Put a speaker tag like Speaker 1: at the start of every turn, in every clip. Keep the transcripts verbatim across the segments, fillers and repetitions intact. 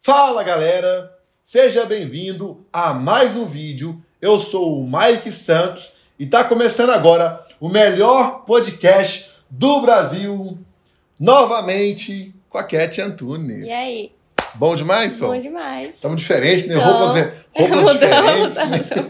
Speaker 1: Fala galera, seja bem-vindo a mais um vídeo. Eu sou o Mike Santos e está começando agora o melhor podcast do Brasil, novamente com a Cat Antunes.
Speaker 2: E aí?
Speaker 1: Bom demais, Sol?
Speaker 2: Bom demais.
Speaker 1: Estamos diferentes, né?
Speaker 2: Então,
Speaker 1: Roupas, roupas diferentes. Né?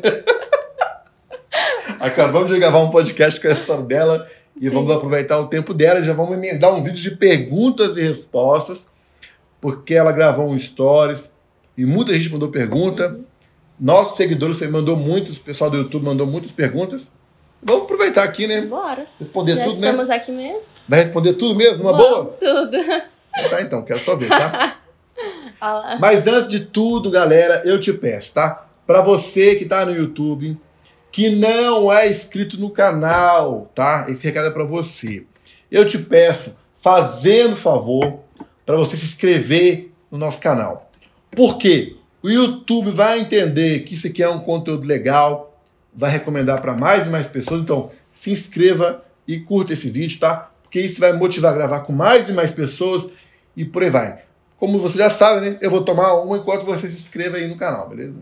Speaker 1: Acabamos de gravar um podcast com a história dela e Sim. vamos aproveitar o tempo dela e já vamos emendar um vídeo de perguntas e respostas, porque ela gravou um stories e muita gente mandou pergunta. Uhum. Nossos seguidores mandou muitos, o pessoal do YouTube mandou muitas perguntas. Vamos aproveitar aqui, né?
Speaker 2: Bora.
Speaker 1: Responder
Speaker 2: Já
Speaker 1: tudo, né?
Speaker 2: estamos aqui mesmo.
Speaker 1: Vai responder tudo mesmo, numa
Speaker 2: Bom,
Speaker 1: boa?
Speaker 2: Tudo.
Speaker 1: Tá, então, quero só ver, tá?
Speaker 2: Olá.
Speaker 1: Mas antes de tudo, galera, eu te peço, tá? Pra você que tá no YouTube, que não é inscrito no canal, tá? Esse recado é pra você. Eu te peço, fazendo favor, para você se inscrever no nosso canal. Por quê? O YouTube vai entender que isso aqui é um conteúdo legal, vai recomendar para mais e mais pessoas. Então, se inscreva e curta esse vídeo, tá? Porque isso vai motivar a gravar com mais e mais pessoas e por aí vai. Como você já sabe, né? Eu vou tomar uma enquanto você se inscreva aí no canal, beleza?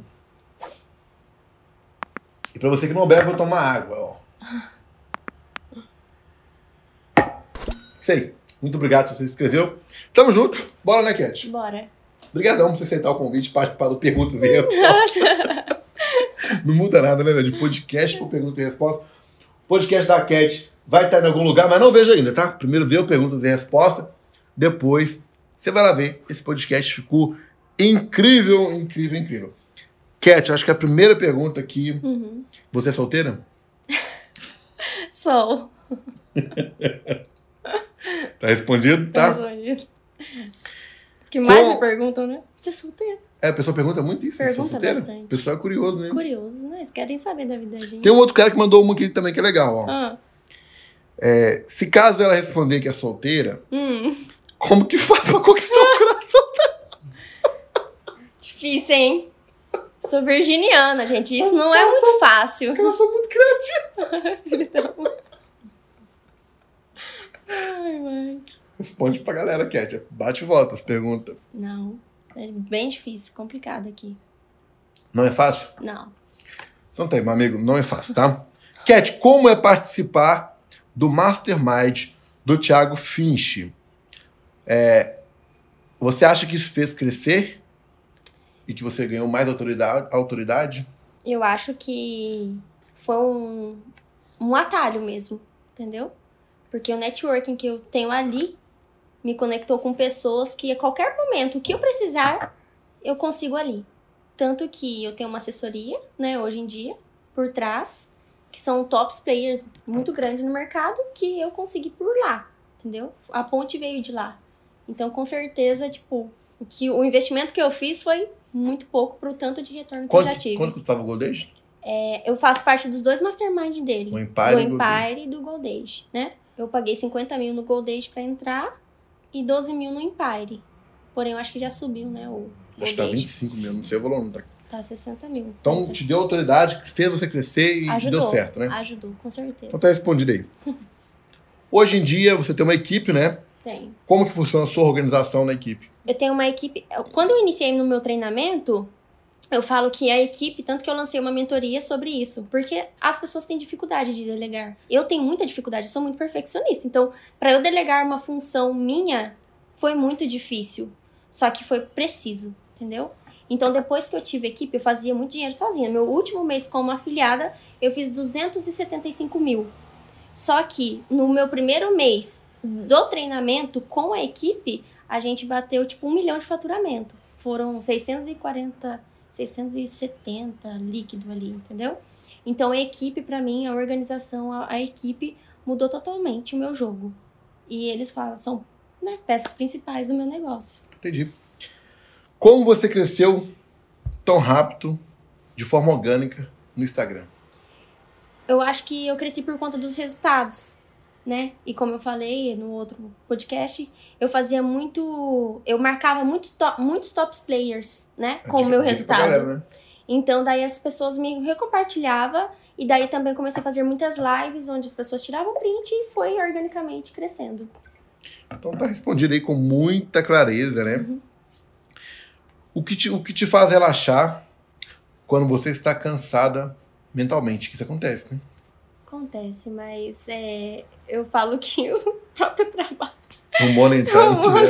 Speaker 1: E para você que não bebe, eu vou tomar água, ó. Isso aí. Muito obrigado se você se inscreveu. Tamo junto. Bora, né, Cat?
Speaker 2: Bora.
Speaker 1: Obrigadão por você aceitar o convite e participar do Perguntas e Respostas. Não muda nada, né, velho? De podcast por Perguntas e Respostas. O podcast da Cat vai estar em algum lugar, mas não veja ainda, tá? Primeiro vê o Perguntas e Respostas. Depois você vai lá ver. Esse podcast ficou incrível, incrível, incrível. Cat, eu acho que a primeira pergunta aqui... Uhum. Você é solteira?
Speaker 2: Sou.
Speaker 1: Tá respondido? Tá.
Speaker 2: Tá respondido. O que mais
Speaker 1: Com...
Speaker 2: me perguntam, né? Você é solteiro?
Speaker 1: É, a pessoa pergunta muito isso.
Speaker 2: Pergunta
Speaker 1: você é
Speaker 2: bastante.
Speaker 1: O pessoal é curioso, né?
Speaker 2: Curioso, né? Eles querem saber da vida da gente.
Speaker 1: Tem um outro cara que mandou uma aqui também que é legal, ó.
Speaker 2: Ah.
Speaker 1: É, se caso ela responder que é solteira,
Speaker 2: hum.
Speaker 1: como que faz pra conquistar o coração dela?
Speaker 2: Difícil, hein? Sou virginiana, gente. Isso não é muito fácil.
Speaker 1: Porque elas são muito criativas.
Speaker 2: Ai, mãe.
Speaker 1: Responde pra galera, Cat. Bate e volta as perguntas.
Speaker 2: Não. É bem difícil, complicado aqui.
Speaker 1: Não é fácil?
Speaker 2: Não.
Speaker 1: Então tá aí, meu amigo. Não é fácil, tá? Cat, como é participar do Mastermind do Thiago Finch? É, você acha que isso fez crescer? E que você ganhou mais autoridade? autoridade?
Speaker 2: Eu acho que foi um, um atalho mesmo, entendeu? Porque o networking que eu tenho ali me conectou com pessoas que a qualquer momento, o que eu precisar, eu consigo ali. Tanto que eu tenho uma assessoria, né, hoje em dia, por trás, que são tops players muito grandes no mercado, que eu consegui por lá, entendeu? A ponte veio de lá. Então, com certeza, tipo, o, que, o investimento que eu fiz foi muito pouco pro tanto de retorno que
Speaker 1: quanto,
Speaker 2: eu já tive.
Speaker 1: Quanto custava o Gold Age?
Speaker 2: É, eu faço parte dos dois mastermind dele.
Speaker 1: O Empire,
Speaker 2: do Empire e do Gold Age, né? Eu paguei cinquenta mil no Gold Age pra entrar e doze mil no Empire. Porém, eu acho que já subiu, né? O
Speaker 1: acho que tá vinte e cinco mil, não sei o valor, não tá.
Speaker 2: Tá sessenta mil.
Speaker 1: Então,
Speaker 2: então,
Speaker 1: te deu autoridade, que fez você crescer e
Speaker 2: ajudou,
Speaker 1: deu certo, né?
Speaker 2: Ajudou, com certeza.
Speaker 1: Então tá respondido aí. Hoje em dia, você tem uma equipe, né?
Speaker 2: Tem.
Speaker 1: Como que funciona a sua organização na equipe?
Speaker 2: Eu tenho uma equipe... Quando eu iniciei no meu treinamento, eu falo que a equipe... Tanto que eu lancei uma mentoria sobre isso. Porque as pessoas têm dificuldade de delegar. Eu tenho muita dificuldade, eu sou muito perfeccionista. Então, para eu delegar uma função minha, foi muito difícil. Só que foi preciso, entendeu? Então, depois que eu tive equipe, eu fazia muito dinheiro sozinha. Meu último mês como afiliada, eu fiz duzentos e setenta e cinco mil. Só que, no meu primeiro mês do treinamento com a equipe, a gente bateu, tipo, um milhão de faturamento. Foram seiscentos e quarenta, seiscentos e setenta líquido ali, entendeu? Então, a equipe, pra mim, a organização, a, a equipe mudou totalmente o meu jogo. E eles falam, são, né, peças principais do meu negócio.
Speaker 1: Entendi. Como você cresceu tão rápido, de forma orgânica, no Instagram?
Speaker 2: Eu acho que eu cresci por conta dos resultados, né? E como eu falei no outro podcast, eu fazia muito... Eu marcava muito to, muitos tops players, né? Com o meu resultado. Galera, né? Então, daí as pessoas me recompartilhavam. E daí também comecei a fazer muitas lives, onde as pessoas tiravam print e foi organicamente crescendo.
Speaker 1: Então tá respondido aí com muita clareza, né? Uhum. O que te, o que te faz relaxar quando você está cansada mentalmente? Que isso acontece, né?
Speaker 2: Acontece, mas é, eu falo que o próprio trabalho.
Speaker 1: O mono entrando.
Speaker 2: O mono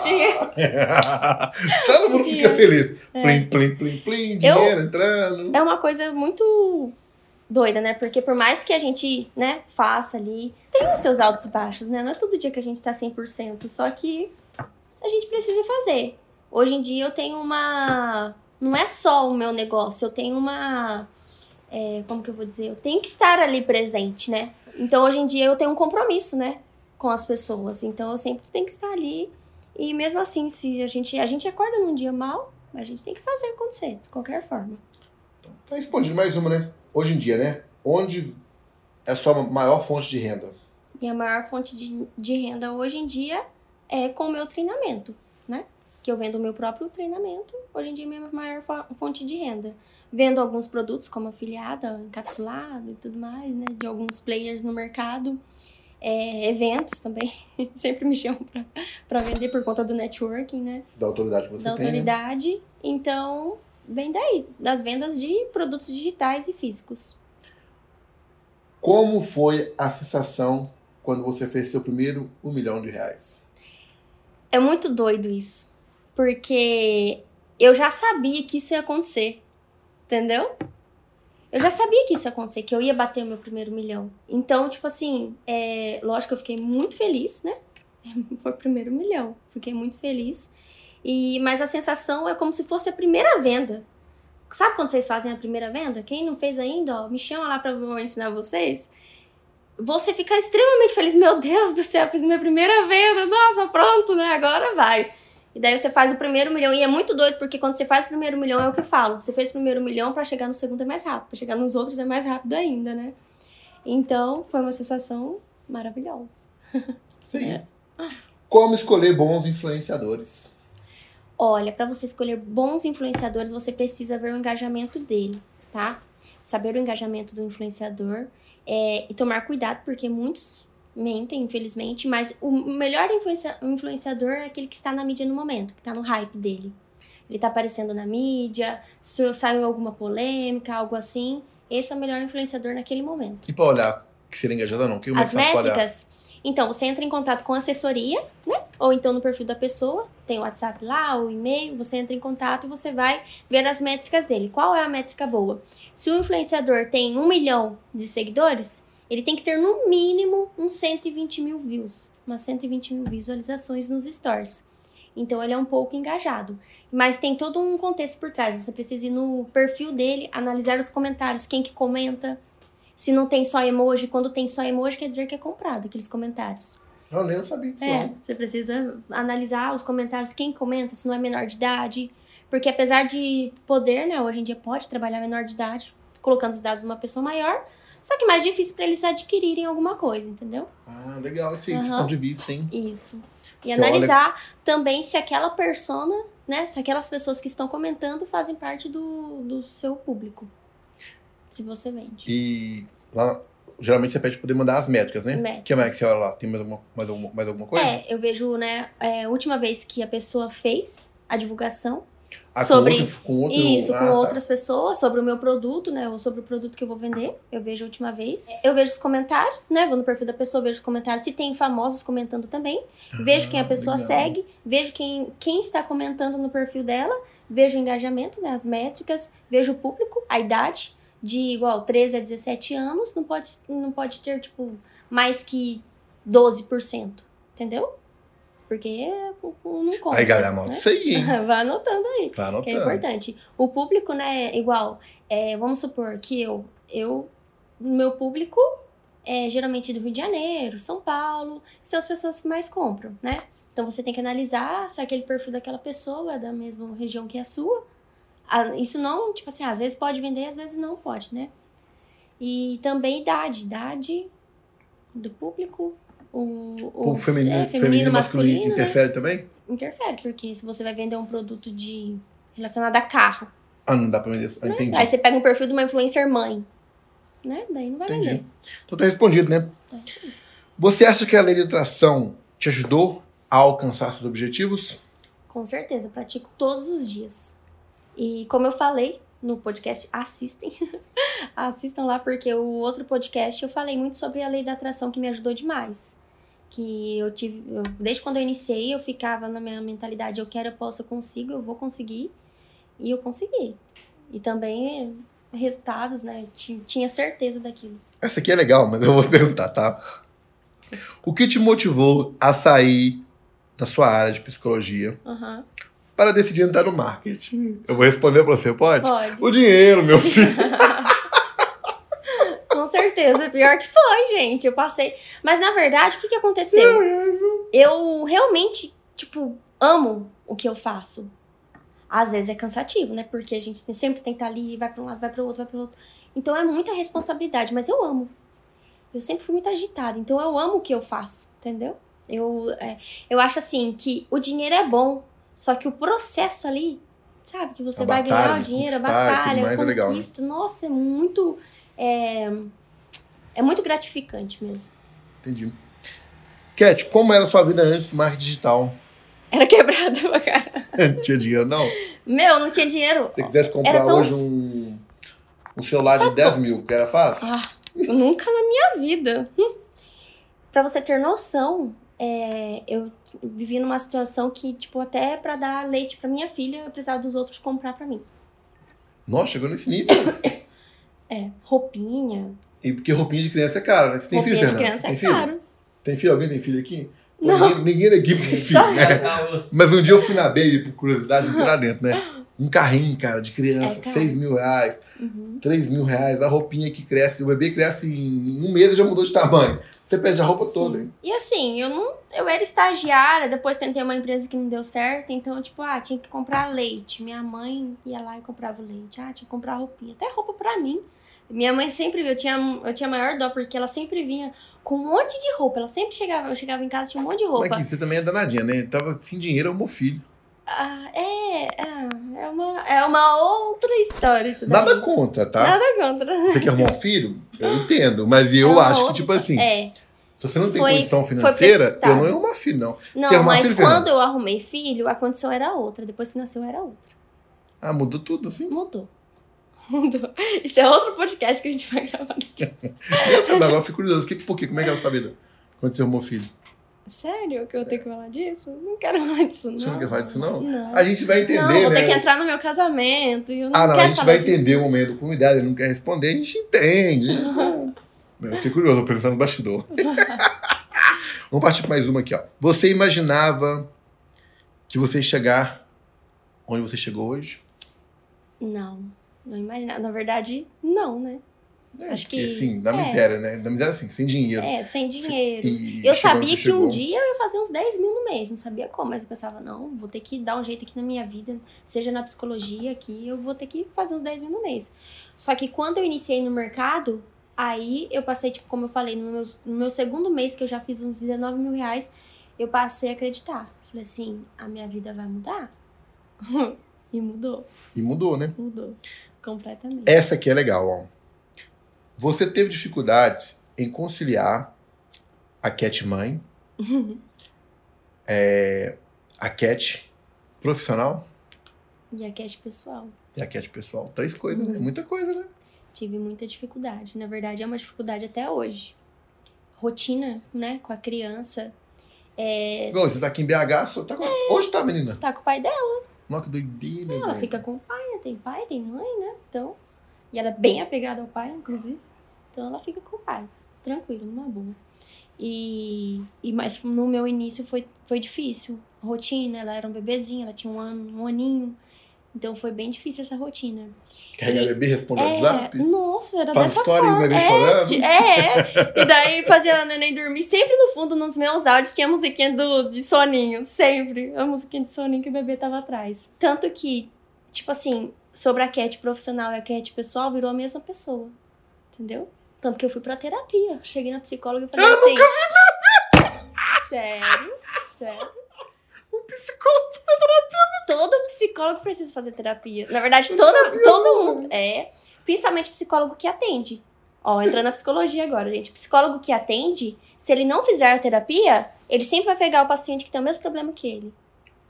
Speaker 2: podia.
Speaker 1: Todo mundo
Speaker 2: Podia.
Speaker 1: fica feliz.
Speaker 2: É.
Speaker 1: Plim, plim, plim, plim, dinheiro
Speaker 2: Eu-
Speaker 1: entrando.
Speaker 2: É uma coisa muito doida, né? Porque por mais que a gente, né, faça ali, tem os seus altos e baixos, né? Não é todo dia que a gente tá cem por cento, só que a gente precisa fazer. Hoje em dia eu tenho uma... Não é só o meu negócio, eu tenho uma... é, como que eu vou dizer? Eu tenho que estar ali presente, né? Então hoje em dia eu tenho um compromisso, né? Com as pessoas. Então eu sempre tenho que estar ali. E mesmo assim, se a gente, a gente acorda num dia mal, a gente tem que fazer acontecer, de qualquer forma.
Speaker 1: Tá respondido mais uma, né? Hoje em dia, né? Onde é a sua maior fonte de renda?
Speaker 2: Minha maior fonte de, de renda hoje em dia é com o meu treinamento, né? Que eu vendo o meu próprio treinamento. Hoje em dia é minha maior fo- fonte de renda. Vendo alguns produtos como afiliada, encapsulado e tudo mais, né? De alguns players no mercado. É, eventos também. Sempre me chamam pra, pra vender por conta do networking, né?
Speaker 1: Da autoridade que você
Speaker 2: Da
Speaker 1: tem, né?
Speaker 2: autoridade. Então, vem daí. Das vendas de produtos digitais e físicos.
Speaker 1: Como foi a sensação quando você fez seu primeiro um milhão de reais?
Speaker 2: É muito doido isso. Porque eu já sabia que isso ia acontecer. Entendeu? Eu já sabia que isso ia acontecer, que eu ia bater o meu primeiro milhão. Então, tipo assim, é, lógico que eu fiquei muito feliz, né? Foi o primeiro milhão. Fiquei muito feliz. E, mas a sensação é como se fosse a primeira venda. Sabe quando vocês fazem a primeira venda? Quem não fez ainda, ó, me chama lá pra eu ensinar vocês. Você fica extremamente feliz. Meu Deus do céu, fiz minha primeira venda. Nossa, pronto, né? Agora vai. E daí você faz o primeiro milhão. E é muito doido, porque quando você faz o primeiro milhão, é o que eu falo. Você fez o primeiro milhão, pra chegar no segundo é mais rápido. Pra chegar nos outros é mais rápido ainda, né? Então, foi uma sensação maravilhosa.
Speaker 1: Sim.
Speaker 2: É.
Speaker 1: Como escolher bons influenciadores?
Speaker 2: Olha, pra você escolher bons influenciadores, você precisa ver o engajamento dele, tá? Saber o engajamento do influenciador é, e tomar cuidado, porque muitos mentem, infelizmente, mas o melhor influencia- influenciador é aquele que está na mídia no momento, que está no hype dele. Ele tá aparecendo na mídia, se saiu alguma polêmica, algo assim, esse é o melhor influenciador naquele momento.
Speaker 1: E pra olhar que seria engajado ou não? Que como é
Speaker 2: As
Speaker 1: que faz pra olhar?
Speaker 2: métricas, então, você entra em contato com a assessoria, né? Ou então no perfil da pessoa, tem o WhatsApp lá, o e-mail, você entra em contato e você vai ver as métricas dele. Qual é a métrica boa? Se o influenciador tem um milhão de seguidores, ele tem que ter no mínimo uns cento e vinte mil views, umas cento e vinte mil visualizações nos stories. Então, ele é um pouco engajado. Mas tem todo um contexto por trás. Você precisa ir no perfil dele, analisar os comentários, quem que comenta. Se não tem só emoji, quando tem só emoji, quer dizer que é comprado, aqueles comentários.
Speaker 1: Eu nem sabia disso.
Speaker 2: É,
Speaker 1: não.
Speaker 2: você precisa analisar os comentários, quem comenta, se não é menor de idade. Porque apesar de poder, né, hoje em dia pode trabalhar menor de idade, colocando os dados de uma pessoa maior, só que mais difícil para eles adquirirem alguma coisa, entendeu?
Speaker 1: Ah, legal. Esse, esse
Speaker 2: Aham.
Speaker 1: ponto de vista, hein?
Speaker 2: Isso. E
Speaker 1: Você
Speaker 2: analisar também se aquela persona, né, se aquelas pessoas que estão comentando fazem parte do, do seu público. Se você vende.
Speaker 1: E lá, geralmente você pede pra poder mandar as métricas, né? O
Speaker 2: Métricas.
Speaker 1: que mais que você olha lá? Tem mais alguma, mais alguma, mais alguma coisa?
Speaker 2: É, eu vejo, né, é, a última vez que a pessoa fez a divulgação
Speaker 1: Ah,
Speaker 2: sobre...
Speaker 1: com outro, com outro...
Speaker 2: Isso,
Speaker 1: ah,
Speaker 2: com
Speaker 1: tá.
Speaker 2: outras pessoas, sobre o meu produto, né? Ou sobre o produto que eu vou vender. Eu vejo a última vez. Eu vejo os comentários, né? Vou no perfil da pessoa, vejo os comentários. Se tem famosos comentando também. Vejo quem a pessoa
Speaker 1: legal.
Speaker 2: segue. Vejo quem, quem está comentando no perfil dela. Vejo o engajamento, né? As métricas. Vejo o público, a idade. De igual treze a dezessete anos. Não pode, não pode ter, tipo, mais que doze por cento. Entendeu? Porque não conta.
Speaker 1: Aí, galera, anota
Speaker 2: né?
Speaker 1: isso aí, hein?
Speaker 2: Vai anotando aí.
Speaker 1: Vai anotando.
Speaker 2: Que é importante. O público, né, igual, é, vamos supor que eu, eu, meu público é geralmente do Rio de Janeiro, São Paulo, são as pessoas que mais compram, né? Então você tem que analisar se aquele perfil daquela pessoa é da mesma região que a sua. Ah, isso não, tipo assim, às vezes pode vender, às vezes não pode, né? E também idade, idade do público. O, o,
Speaker 1: O feminino,
Speaker 2: é,
Speaker 1: feminino, masculino,
Speaker 2: masculino, né?
Speaker 1: interfere também?
Speaker 2: Interfere, porque se você vai vender um produto de relacionado a carro,
Speaker 1: Ah, não dá pra vender. Ah,
Speaker 2: né?
Speaker 1: entendi.
Speaker 2: Aí você pega um perfil de uma influencer mãe, né? Daí não vai
Speaker 1: Entendi.
Speaker 2: vender.
Speaker 1: Então tá respondido, né? Você acha que a lei de atração te ajudou a alcançar seus objetivos?
Speaker 2: Com certeza, pratico todos os dias. E como eu falei no podcast, assistem. Assistam lá, porque o outro podcast eu falei muito sobre a lei da atração, que me ajudou demais. Que eu tive, eu, desde quando eu iniciei, eu ficava na minha mentalidade, eu quero, eu posso, eu consigo, eu vou conseguir. E eu consegui. E também resultados, né? Tinha certeza daquilo.
Speaker 1: Essa aqui é legal, mas eu vou perguntar, tá? O que te motivou a sair da sua área de psicologia
Speaker 2: Uhum.
Speaker 1: para decidir entrar no marketing? Eu vou responder pra você, pode?
Speaker 2: Pode.
Speaker 1: O dinheiro, meu filho.
Speaker 2: Com certeza. Pior que foi, gente. Eu passei... Mas, na verdade, o que que aconteceu? Eu realmente, tipo, amo o que eu faço. Às vezes é cansativo, né? Porque a gente tem, sempre tem que estar ali, vai pra um lado, vai pro outro, vai pro outro. Então, é muita responsabilidade, mas eu amo. Eu sempre fui muito agitada, então eu amo o que eu faço, entendeu? Eu, é, eu acho assim, que o dinheiro é bom, só que o processo ali, sabe? Que você
Speaker 1: A
Speaker 2: vai
Speaker 1: batalha
Speaker 2: ganhar o
Speaker 1: de
Speaker 2: dinheiro, a
Speaker 1: conquistar e tudo
Speaker 2: batalha, a
Speaker 1: mais é legal, né?
Speaker 2: conquista. Nossa, é muito... É, é muito gratificante mesmo.
Speaker 1: Entendi. Cat, como era a sua vida antes do marketing digital?
Speaker 2: Era quebrada pra cara.
Speaker 1: Não tinha dinheiro, não?
Speaker 2: Meu, não tinha dinheiro.
Speaker 1: Se você quisesse comprar
Speaker 2: Era tão-
Speaker 1: hoje um, um celular
Speaker 2: Sabe
Speaker 1: de dez
Speaker 2: qual-
Speaker 1: mil, que era fácil?
Speaker 2: Ah, nunca na minha vida. Hum. Pra você ter noção, é, eu vivi numa situação que, tipo, até pra dar leite pra minha filha, eu precisava dos outros comprar pra mim.
Speaker 1: Nossa, chegou nesse nível.
Speaker 2: É, roupinha.
Speaker 1: E porque roupinha de criança é caro, né? Você tem
Speaker 2: roupinha
Speaker 1: filho,
Speaker 2: de
Speaker 1: Fernanda?
Speaker 2: criança
Speaker 1: Tem
Speaker 2: é
Speaker 1: filho?
Speaker 2: caro.
Speaker 1: Tem filho? Alguém tem filho aqui? Pô,
Speaker 2: Não.
Speaker 1: Ninguém, ninguém da equipe tem filho,
Speaker 2: Só-
Speaker 1: né? Mas um dia eu fui na Baby, por curiosidade, entrei lá dentro, né? Um carrinho, cara, de criança,
Speaker 2: É caro.
Speaker 1: seis mil reais,
Speaker 2: Uhum.
Speaker 1: três mil reais, a roupinha que cresce, o bebê cresce em um mês e já mudou de tamanho. Você perde a roupa
Speaker 2: Sim.
Speaker 1: toda, hein?
Speaker 2: E assim, eu não. Eu era estagiária, depois tentei uma empresa que não deu certo, então, tipo, ah, tinha que comprar leite. Minha mãe ia lá e comprava leite. Ah, tinha que comprar roupinha. Até roupa pra mim. Minha mãe sempre, eu tinha, eu tinha maior dó, porque ela sempre vinha com um monte de roupa. Ela sempre chegava, eu chegava em casa, tinha um monte de roupa.
Speaker 1: Mas aqui, você também é danadinha, né? Tava sem dinheiro, é meu filho.
Speaker 2: Ah, é, é, é uma, é uma outra história isso daí.
Speaker 1: Nada contra, tá?
Speaker 2: Nada contra.
Speaker 1: Você quer arrumar um filho? Eu entendo, mas eu
Speaker 2: É uma
Speaker 1: acho que,
Speaker 2: outra
Speaker 1: tipo assim,
Speaker 2: história. É.
Speaker 1: se você não tem
Speaker 2: Foi-
Speaker 1: condição
Speaker 2: foi
Speaker 1: financeira,
Speaker 2: precipitado.
Speaker 1: eu não ia arrumar filho, não. Você
Speaker 2: Não,
Speaker 1: arrumar
Speaker 2: mas
Speaker 1: filho,
Speaker 2: quando
Speaker 1: Fernanda?
Speaker 2: eu arrumei filho, a condição era outra. Depois que nasceu, era outra.
Speaker 1: Ah, mudou tudo, assim?
Speaker 2: Mudou. Mudou. Isso é outro podcast que a gente vai gravar aqui.
Speaker 1: Eu sei, agora eu fico curioso. Que, por quê? Como é que era a sua vida quando você arrumou filho?
Speaker 2: Sério que eu tenho que falar disso? Não quero falar disso, não.
Speaker 1: Você não quer falar disso, não?
Speaker 2: Não.
Speaker 1: A gente vai entender,
Speaker 2: não, vou
Speaker 1: né?
Speaker 2: ter que entrar no meu casamento e eu não
Speaker 1: Ah, não,
Speaker 2: quero
Speaker 1: a gente
Speaker 2: falar
Speaker 1: vai
Speaker 2: disso.
Speaker 1: entender o momento com idade, ele não quer responder, a gente entende. A gente não... Eu fiquei curioso, vou perguntar no bastidor. Vamos partir para mais uma aqui, ó. Você imaginava que você ia chegar onde você chegou hoje?
Speaker 2: Não, não imaginava. Na verdade, não, né?
Speaker 1: É,
Speaker 2: Acho
Speaker 1: porque,
Speaker 2: que-
Speaker 1: assim, na
Speaker 2: é.
Speaker 1: miséria, né? Na miséria, assim, sem dinheiro.
Speaker 2: É, sem dinheiro.
Speaker 1: E
Speaker 2: Eu
Speaker 1: chegou
Speaker 2: sabia
Speaker 1: onde
Speaker 2: que
Speaker 1: você
Speaker 2: um
Speaker 1: chegou.
Speaker 2: dia eu ia fazer uns dez mil no mês, não sabia como, mas eu pensava, não, vou ter que dar um jeito aqui na minha vida, seja na psicologia aqui, eu vou ter que fazer uns dez mil no mês. Só que quando eu iniciei no mercado, aí eu passei, tipo, como eu falei, no meu, no meu segundo mês que eu já fiz uns dezenove mil reais, eu passei a acreditar. Falei assim, a minha vida vai mudar? E mudou,
Speaker 1: E mudou, né?
Speaker 2: mudou. Completamente.
Speaker 1: Essa aqui é legal, ó. Você teve dificuldades em conciliar a Cat mãe, é, a Cat profissional
Speaker 2: E a cash pessoal.
Speaker 1: e a Cat pessoal. Três coisas, né? Muita coisa, né?
Speaker 2: Tive muita dificuldade. Na verdade, é uma dificuldade até hoje. Rotina, né? Com a criança. É,
Speaker 1: Igual, você tá aqui em B H, só tá com... Hoje tá, menina?
Speaker 2: tá com o pai dela.
Speaker 1: Nossa, que doideira,
Speaker 2: Ela
Speaker 1: velho.
Speaker 2: fica com o pai, né? Tem pai, tem mãe, né? Então... E ela é bem apegada ao pai, inclusive. Então ela fica com o pai. Tranquilo, numa boa. E, e mas no meu início foi, foi difícil. Rotina, ela era um bebezinho, ela tinha um ano, um aninho. Então foi bem difícil essa rotina.
Speaker 1: Carregar
Speaker 2: E-
Speaker 1: bebê, responde
Speaker 2: É,
Speaker 1: WhatsApp.
Speaker 2: nossa, era
Speaker 1: Faz
Speaker 2: dessa
Speaker 1: história e o
Speaker 2: forma.
Speaker 1: bebê
Speaker 2: é,
Speaker 1: chorando.
Speaker 2: de- é, é. E daí fazia a neném dormir. Sempre no fundo, nos meus áudios, tinha a musiquinha do, de soninho. Sempre. A musiquinha de soninho que o bebê tava atrás. Tanto que, tipo assim, sobre a Cat profissional e a Cat pessoal, virou a mesma pessoa. Entendeu? Tanto que eu fui pra terapia. Cheguei na psicóloga e falei
Speaker 1: Eu
Speaker 2: assim...
Speaker 1: nunca vi
Speaker 2: Sério? Sério?
Speaker 1: um psicólogo.
Speaker 2: Todo psicólogo precisa fazer terapia. Na verdade, toda, todo mundo. É. Principalmente psicólogo que atende. Ó, entrando na psicologia agora, gente. Psicólogo que atende, se ele não fizer a terapia, ele sempre vai pegar o paciente que tem o mesmo problema que ele.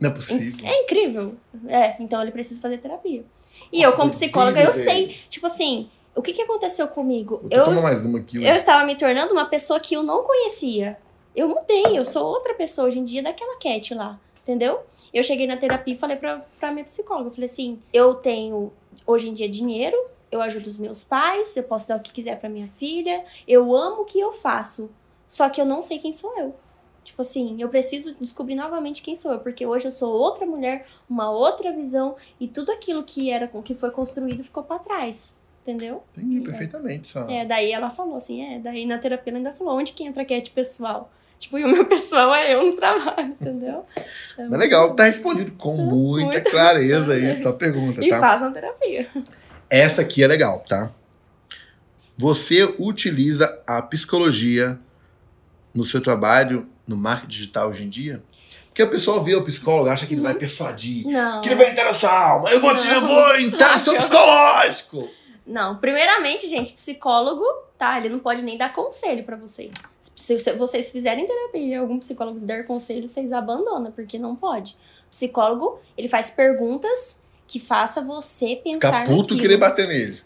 Speaker 1: Não é possível.
Speaker 2: É incrível. É, então ele precisa fazer terapia. E eu, como psicóloga, eu sei, tipo assim, o que, que aconteceu comigo?
Speaker 1: Vou
Speaker 2: Eu,
Speaker 1: tomar mais uma aqui.
Speaker 2: eu estava me tornando uma pessoa que eu não conhecia. Eu mudei, eu sou outra pessoa hoje em dia daquela Cat lá, entendeu? Eu cheguei na terapia e falei pra, pra minha psicóloga, eu falei assim, eu tenho hoje em dia dinheiro, eu ajudo os meus pais, eu posso dar o que quiser pra minha filha, eu amo o que eu faço, só que eu não sei quem sou eu. Tipo assim, eu preciso descobrir novamente quem sou eu, porque hoje eu sou outra mulher, uma outra visão, e tudo aquilo que era que foi construído ficou pra trás, entendeu?
Speaker 1: Entendi
Speaker 2: é.
Speaker 1: perfeitamente. Só.
Speaker 2: É, daí ela falou assim, é, daí na terapia ela ainda falou, onde que entra a Cat pessoal? Tipo, e o meu pessoal é eu no trabalho, entendeu? É,
Speaker 1: é legal, tá respondido com muita, muita clareza aí a sua pergunta,
Speaker 2: e
Speaker 1: tá?
Speaker 2: E façam terapia.
Speaker 1: Essa aqui é legal, tá? Você utiliza a psicologia no seu trabalho, no marketing digital hoje em dia? Porque o pessoal vê o psicólogo, acha que ele uhum. vai persuadir,
Speaker 2: não.
Speaker 1: que ele vai entrar na sua alma, eu vou, te, eu vou entrar no seu psicológico.
Speaker 2: Não, primeiramente, gente, psicólogo, tá? Ele não pode nem dar conselho pra você. Se vocês fizerem terapia e algum psicólogo der conselho, vocês abandonam, porque não pode. O psicólogo, ele faz perguntas que faça você pensar
Speaker 1: Ficar puto
Speaker 2: naquilo.
Speaker 1: querer bater nele.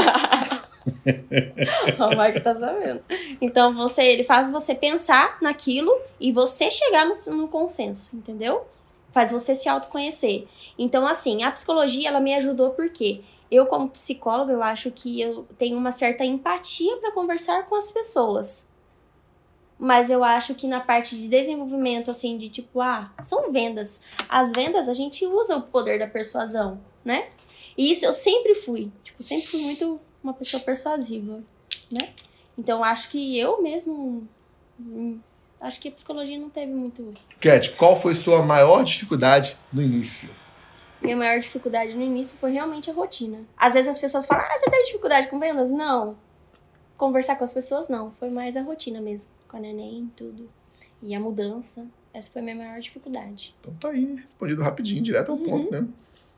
Speaker 2: O Marco tá sabendo. Então, você, ele faz você pensar naquilo e você chegar no, no consenso, entendeu? Faz você se autoconhecer. Então, assim, a psicologia, ela me ajudou porque eu, como psicóloga, eu acho que eu tenho uma certa empatia para conversar com as pessoas. Mas eu acho que na parte de desenvolvimento, assim, de tipo, ah, são vendas. As vendas, a gente usa o poder da persuasão, né? E isso eu sempre fui. Tipo, sempre fui muito uma pessoa persuasiva, né? Então, acho que eu mesmo... Acho que a psicologia não teve muito...
Speaker 1: Cat, qual foi sua maior dificuldade no início?
Speaker 2: Minha maior dificuldade no início foi realmente a rotina. Às vezes as pessoas falam, ah, você teve dificuldade com vendas? Não. Conversar com as pessoas, não. Foi mais a rotina mesmo. Com a neném, tudo. E a mudança. Essa foi a minha maior dificuldade.
Speaker 1: Então tá aí, respondido rapidinho, direto ao uhum. ponto, né?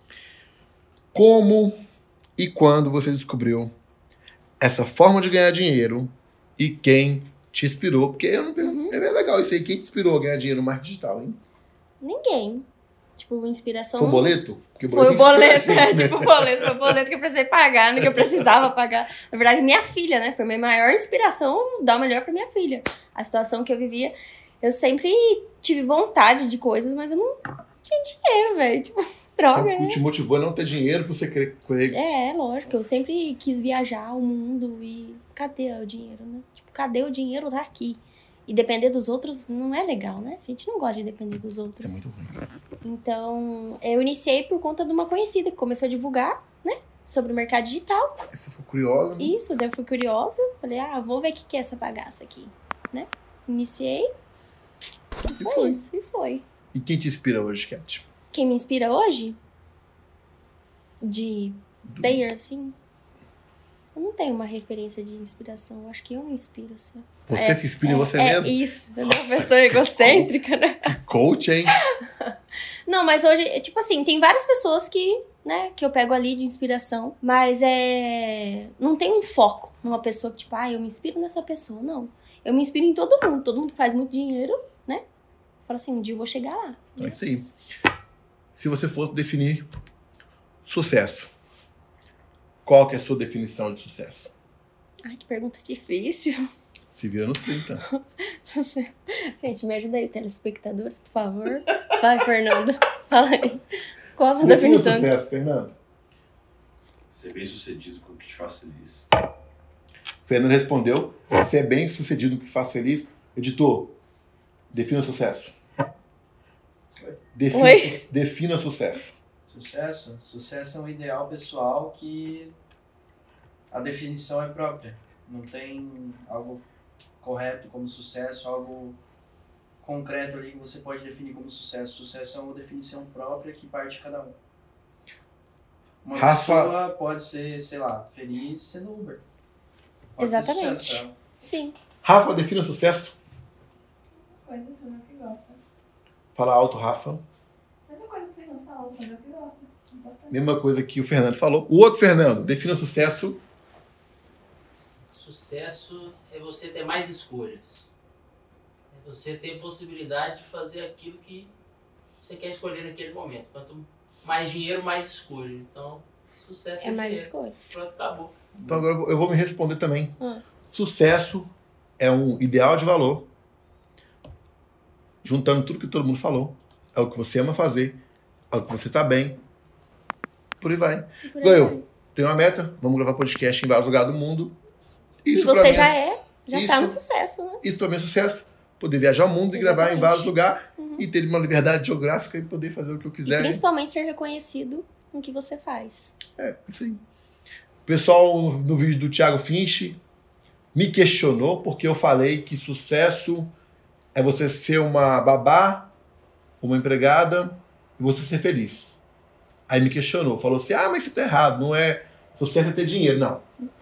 Speaker 1: Como e quando você descobriu essa forma de ganhar dinheiro e quem te inspirou? Porque eu não uhum. é legal isso aí. Quem te inspirou a ganhar dinheiro no marketing digital, hein?
Speaker 2: Ninguém. Tipo, inspiração...
Speaker 1: Foi o boleto? Porque o
Speaker 2: boleto foi o boleto, é, gente, né? tipo o boleto. Foi o boleto que eu precisei pagar, né? Que eu precisava pagar. Na verdade, minha filha, né? Foi a minha maior inspiração, dar o melhor pra minha filha. A situação que eu vivia, eu sempre tive vontade de coisas, mas eu não tinha dinheiro, velho. Tipo, droga,
Speaker 1: então,
Speaker 2: né?
Speaker 1: O que te motivou a não ter dinheiro pra você querer...
Speaker 2: É, lógico. Eu sempre quis viajar o mundo e... Cadê o dinheiro, né? Tipo, cadê o dinheiro daqui? E depender dos outros não é legal, né? A gente não gosta de depender dos outros.
Speaker 1: É muito ruim.
Speaker 2: Então, eu iniciei por conta de uma conhecida que começou a divulgar, né? Sobre o mercado digital.
Speaker 1: Você foi curiosa, né?
Speaker 2: Isso, daí eu fui curiosa. Falei, ah, vou ver o que é essa bagaça aqui, né? Iniciei.
Speaker 1: E
Speaker 2: foi,
Speaker 1: foi
Speaker 2: isso, e foi.
Speaker 1: E quem te inspira hoje, Cat?
Speaker 2: Quem me inspira hoje? De Do... player, assim... Eu não tenho uma referência de inspiração. Eu acho que eu me inspiro, assim.
Speaker 1: Você
Speaker 2: é,
Speaker 1: se inspira em
Speaker 2: é,
Speaker 1: você
Speaker 2: é
Speaker 1: mesmo?
Speaker 2: Isso, entendeu? Uma pessoa egocêntrica, né?
Speaker 1: Coach, hein?
Speaker 2: Não, mas hoje, tipo assim, tem várias pessoas que, né, que eu pego ali de inspiração, mas é... Não tem um foco numa pessoa que, tipo, ah, eu me inspiro nessa pessoa. Não. Eu me inspiro em todo mundo. Todo mundo que faz muito dinheiro, né? Fala assim, um dia eu vou chegar lá.
Speaker 1: É isso aí. Se você fosse definir sucesso, qual que é a sua definição de sucesso?
Speaker 2: Ai, que pergunta difícil.
Speaker 1: Se vira nos trinta.
Speaker 2: Gente, me ajuda aí, telespectadores, por favor. Vai, Fernando. Fala aí. Qual a sua
Speaker 1: Defina
Speaker 2: definição?
Speaker 1: sucesso, Fernando.
Speaker 3: Ser bem sucedido com o que te faz feliz.
Speaker 1: Fernando respondeu, ser bem sucedido com o que faz feliz. Editor, defina sucesso. Defina,
Speaker 2: Oi?
Speaker 1: defina sucesso.
Speaker 4: Sucesso? Sucesso é um ideal pessoal que a definição é própria. Não tem algo correto como sucesso, algo concreto ali que você pode definir como sucesso. Sucesso é uma definição própria que parte de cada um. Uma
Speaker 1: Rafa...
Speaker 4: pessoa pode ser, sei lá, feliz sendo Uber. Pode
Speaker 2: Exatamente.
Speaker 4: Ser sucesso,
Speaker 2: sim.
Speaker 1: Rafa, defina sucesso.
Speaker 5: Coisa que o Fernando que gosta.
Speaker 1: Fala alto, Rafa.
Speaker 5: Mesma coisa que o Fernando falou, fazer o que gosta. Importante.
Speaker 1: Mesma coisa que o Fernando falou. O outro Fernando, defina sucesso.
Speaker 6: Sucesso é você ter mais escolhas. É você ter possibilidade de fazer aquilo que você quer escolher naquele momento. Quanto mais dinheiro, mais escolha. Então, sucesso é,
Speaker 2: É mais
Speaker 6: dinheiro.
Speaker 2: escolhas.
Speaker 6: Pronto, acabou.
Speaker 1: Então agora eu vou me responder também.
Speaker 2: Hum.
Speaker 1: Sucesso é um ideal de valor. Juntando tudo que todo mundo falou. É o que você ama fazer. É o que você tá bem. Por aí vai.
Speaker 2: Por aí
Speaker 1: Ganhou.
Speaker 2: vai.
Speaker 1: Tem uma meta. Vamos gravar podcast em vários lugares do mundo.
Speaker 2: E
Speaker 1: Isso pra
Speaker 2: você
Speaker 1: mim
Speaker 2: já é, já
Speaker 1: isso-
Speaker 2: tá no sucesso, né?
Speaker 1: Isso pra mim é sucesso. Poder viajar o mundo e gravar em
Speaker 2: Exatamente.
Speaker 1: vários lugares.
Speaker 2: Uhum.
Speaker 1: E ter uma liberdade geográfica e poder fazer o que eu
Speaker 2: E
Speaker 1: quiser.
Speaker 2: principalmente ser reconhecido no que você faz.
Speaker 1: É, sim. O pessoal no, no vídeo do Thiago Finch me questionou porque eu falei que sucesso é você ser uma babá, uma empregada e você ser feliz. Aí me questionou, falou assim, ah, mas você tá errado, não é sucesso é ter dinheiro. Não.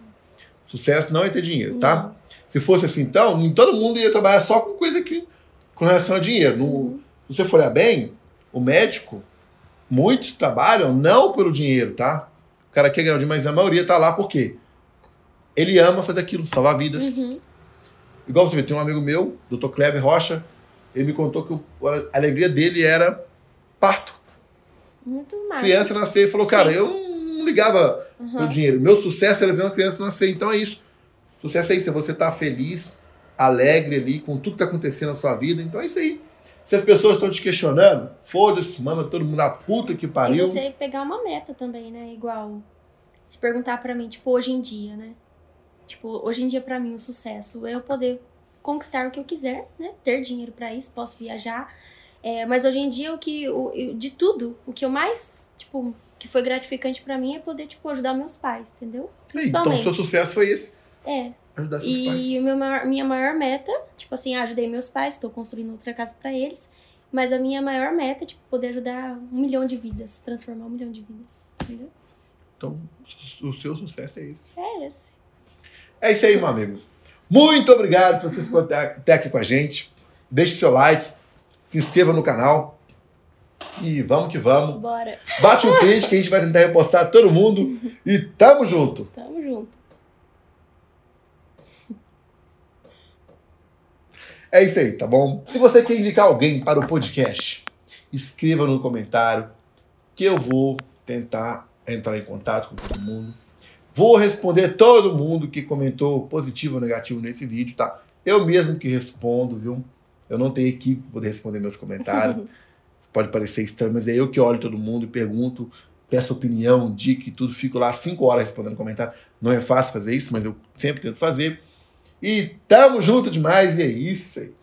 Speaker 1: Sucesso não é ter dinheiro, tá?
Speaker 2: Não.
Speaker 1: Se fosse assim, então, todo mundo ia trabalhar só com coisa que, com relação a dinheiro. No,
Speaker 2: Uhum.
Speaker 1: Se você for olhar bem, o médico, muitos trabalham não pelo dinheiro, tá? O cara quer ganhar dinheiro, mas a maioria tá lá por quê? Ele ama fazer aquilo, salvar vidas.
Speaker 2: Uhum.
Speaker 1: Igual você vê, tem um amigo meu, doutor Kleber Rocha, ele me contou que o- a alegria dele era parto.
Speaker 2: Muito mais.
Speaker 1: Criança nascer, ele falou, cara,
Speaker 2: Sim.
Speaker 1: eu não ligava
Speaker 2: Uhum.
Speaker 1: pelo dinheiro. Meu sucesso era ver uma criança nascer, então é isso. Sucesso é isso, é você estar feliz, alegre ali com tudo que está acontecendo na sua vida. Então é isso aí. Se as pessoas estão te questionando, foda-se, manda todo mundo na puta que
Speaker 2: E
Speaker 1: pariu.
Speaker 2: você pegar uma meta também, né? Igual se perguntar pra mim, tipo, hoje em dia, né? Tipo, hoje em dia pra mim o sucesso é eu poder conquistar o que eu quiser, né? Ter dinheiro pra isso, posso viajar. É, mas hoje em dia o que o, eu- de tudo, o que eu mais, tipo, que foi gratificante pra mim é poder, tipo, ajudar meus pais, entendeu?
Speaker 1: Então, o seu sucesso foi esse.
Speaker 2: É.
Speaker 1: Ajudar seus
Speaker 2: E
Speaker 1: pais.
Speaker 2: o meu maior- minha maior meta, tipo assim, ah, ajudei meus pais, estou construindo outra casa pra eles. Mas a minha maior meta é, tipo, poder ajudar um milhão de vidas, transformar um milhão de vidas, entendeu?
Speaker 1: Então, o seu sucesso é esse.
Speaker 2: É esse.
Speaker 1: É isso aí, meu amigo. Muito obrigado por você ficar até- até aqui com a gente. Deixe seu like, se inscreva no canal. E vamos que vamos.
Speaker 2: Bora.
Speaker 1: Bate um print que a gente vai tentar repostar todo mundo. E tamo junto.
Speaker 2: Tamo junto.
Speaker 1: É isso aí, tá bom? Se você quer indicar alguém para o podcast, escreva no comentário que eu vou tentar entrar em contato com todo mundo. Vou responder todo mundo que comentou positivo ou negativo nesse vídeo, tá? Eu mesmo que respondo, viu? Eu não tenho equipe para poder responder meus comentários. Pode parecer estranho, mas é eu que olho todo mundo e pergunto, peço opinião, dica e tudo. Fico lá cinco horas respondendo comentário. Não é fácil fazer isso, mas eu sempre tento fazer. E tamo junto demais, e é isso aí.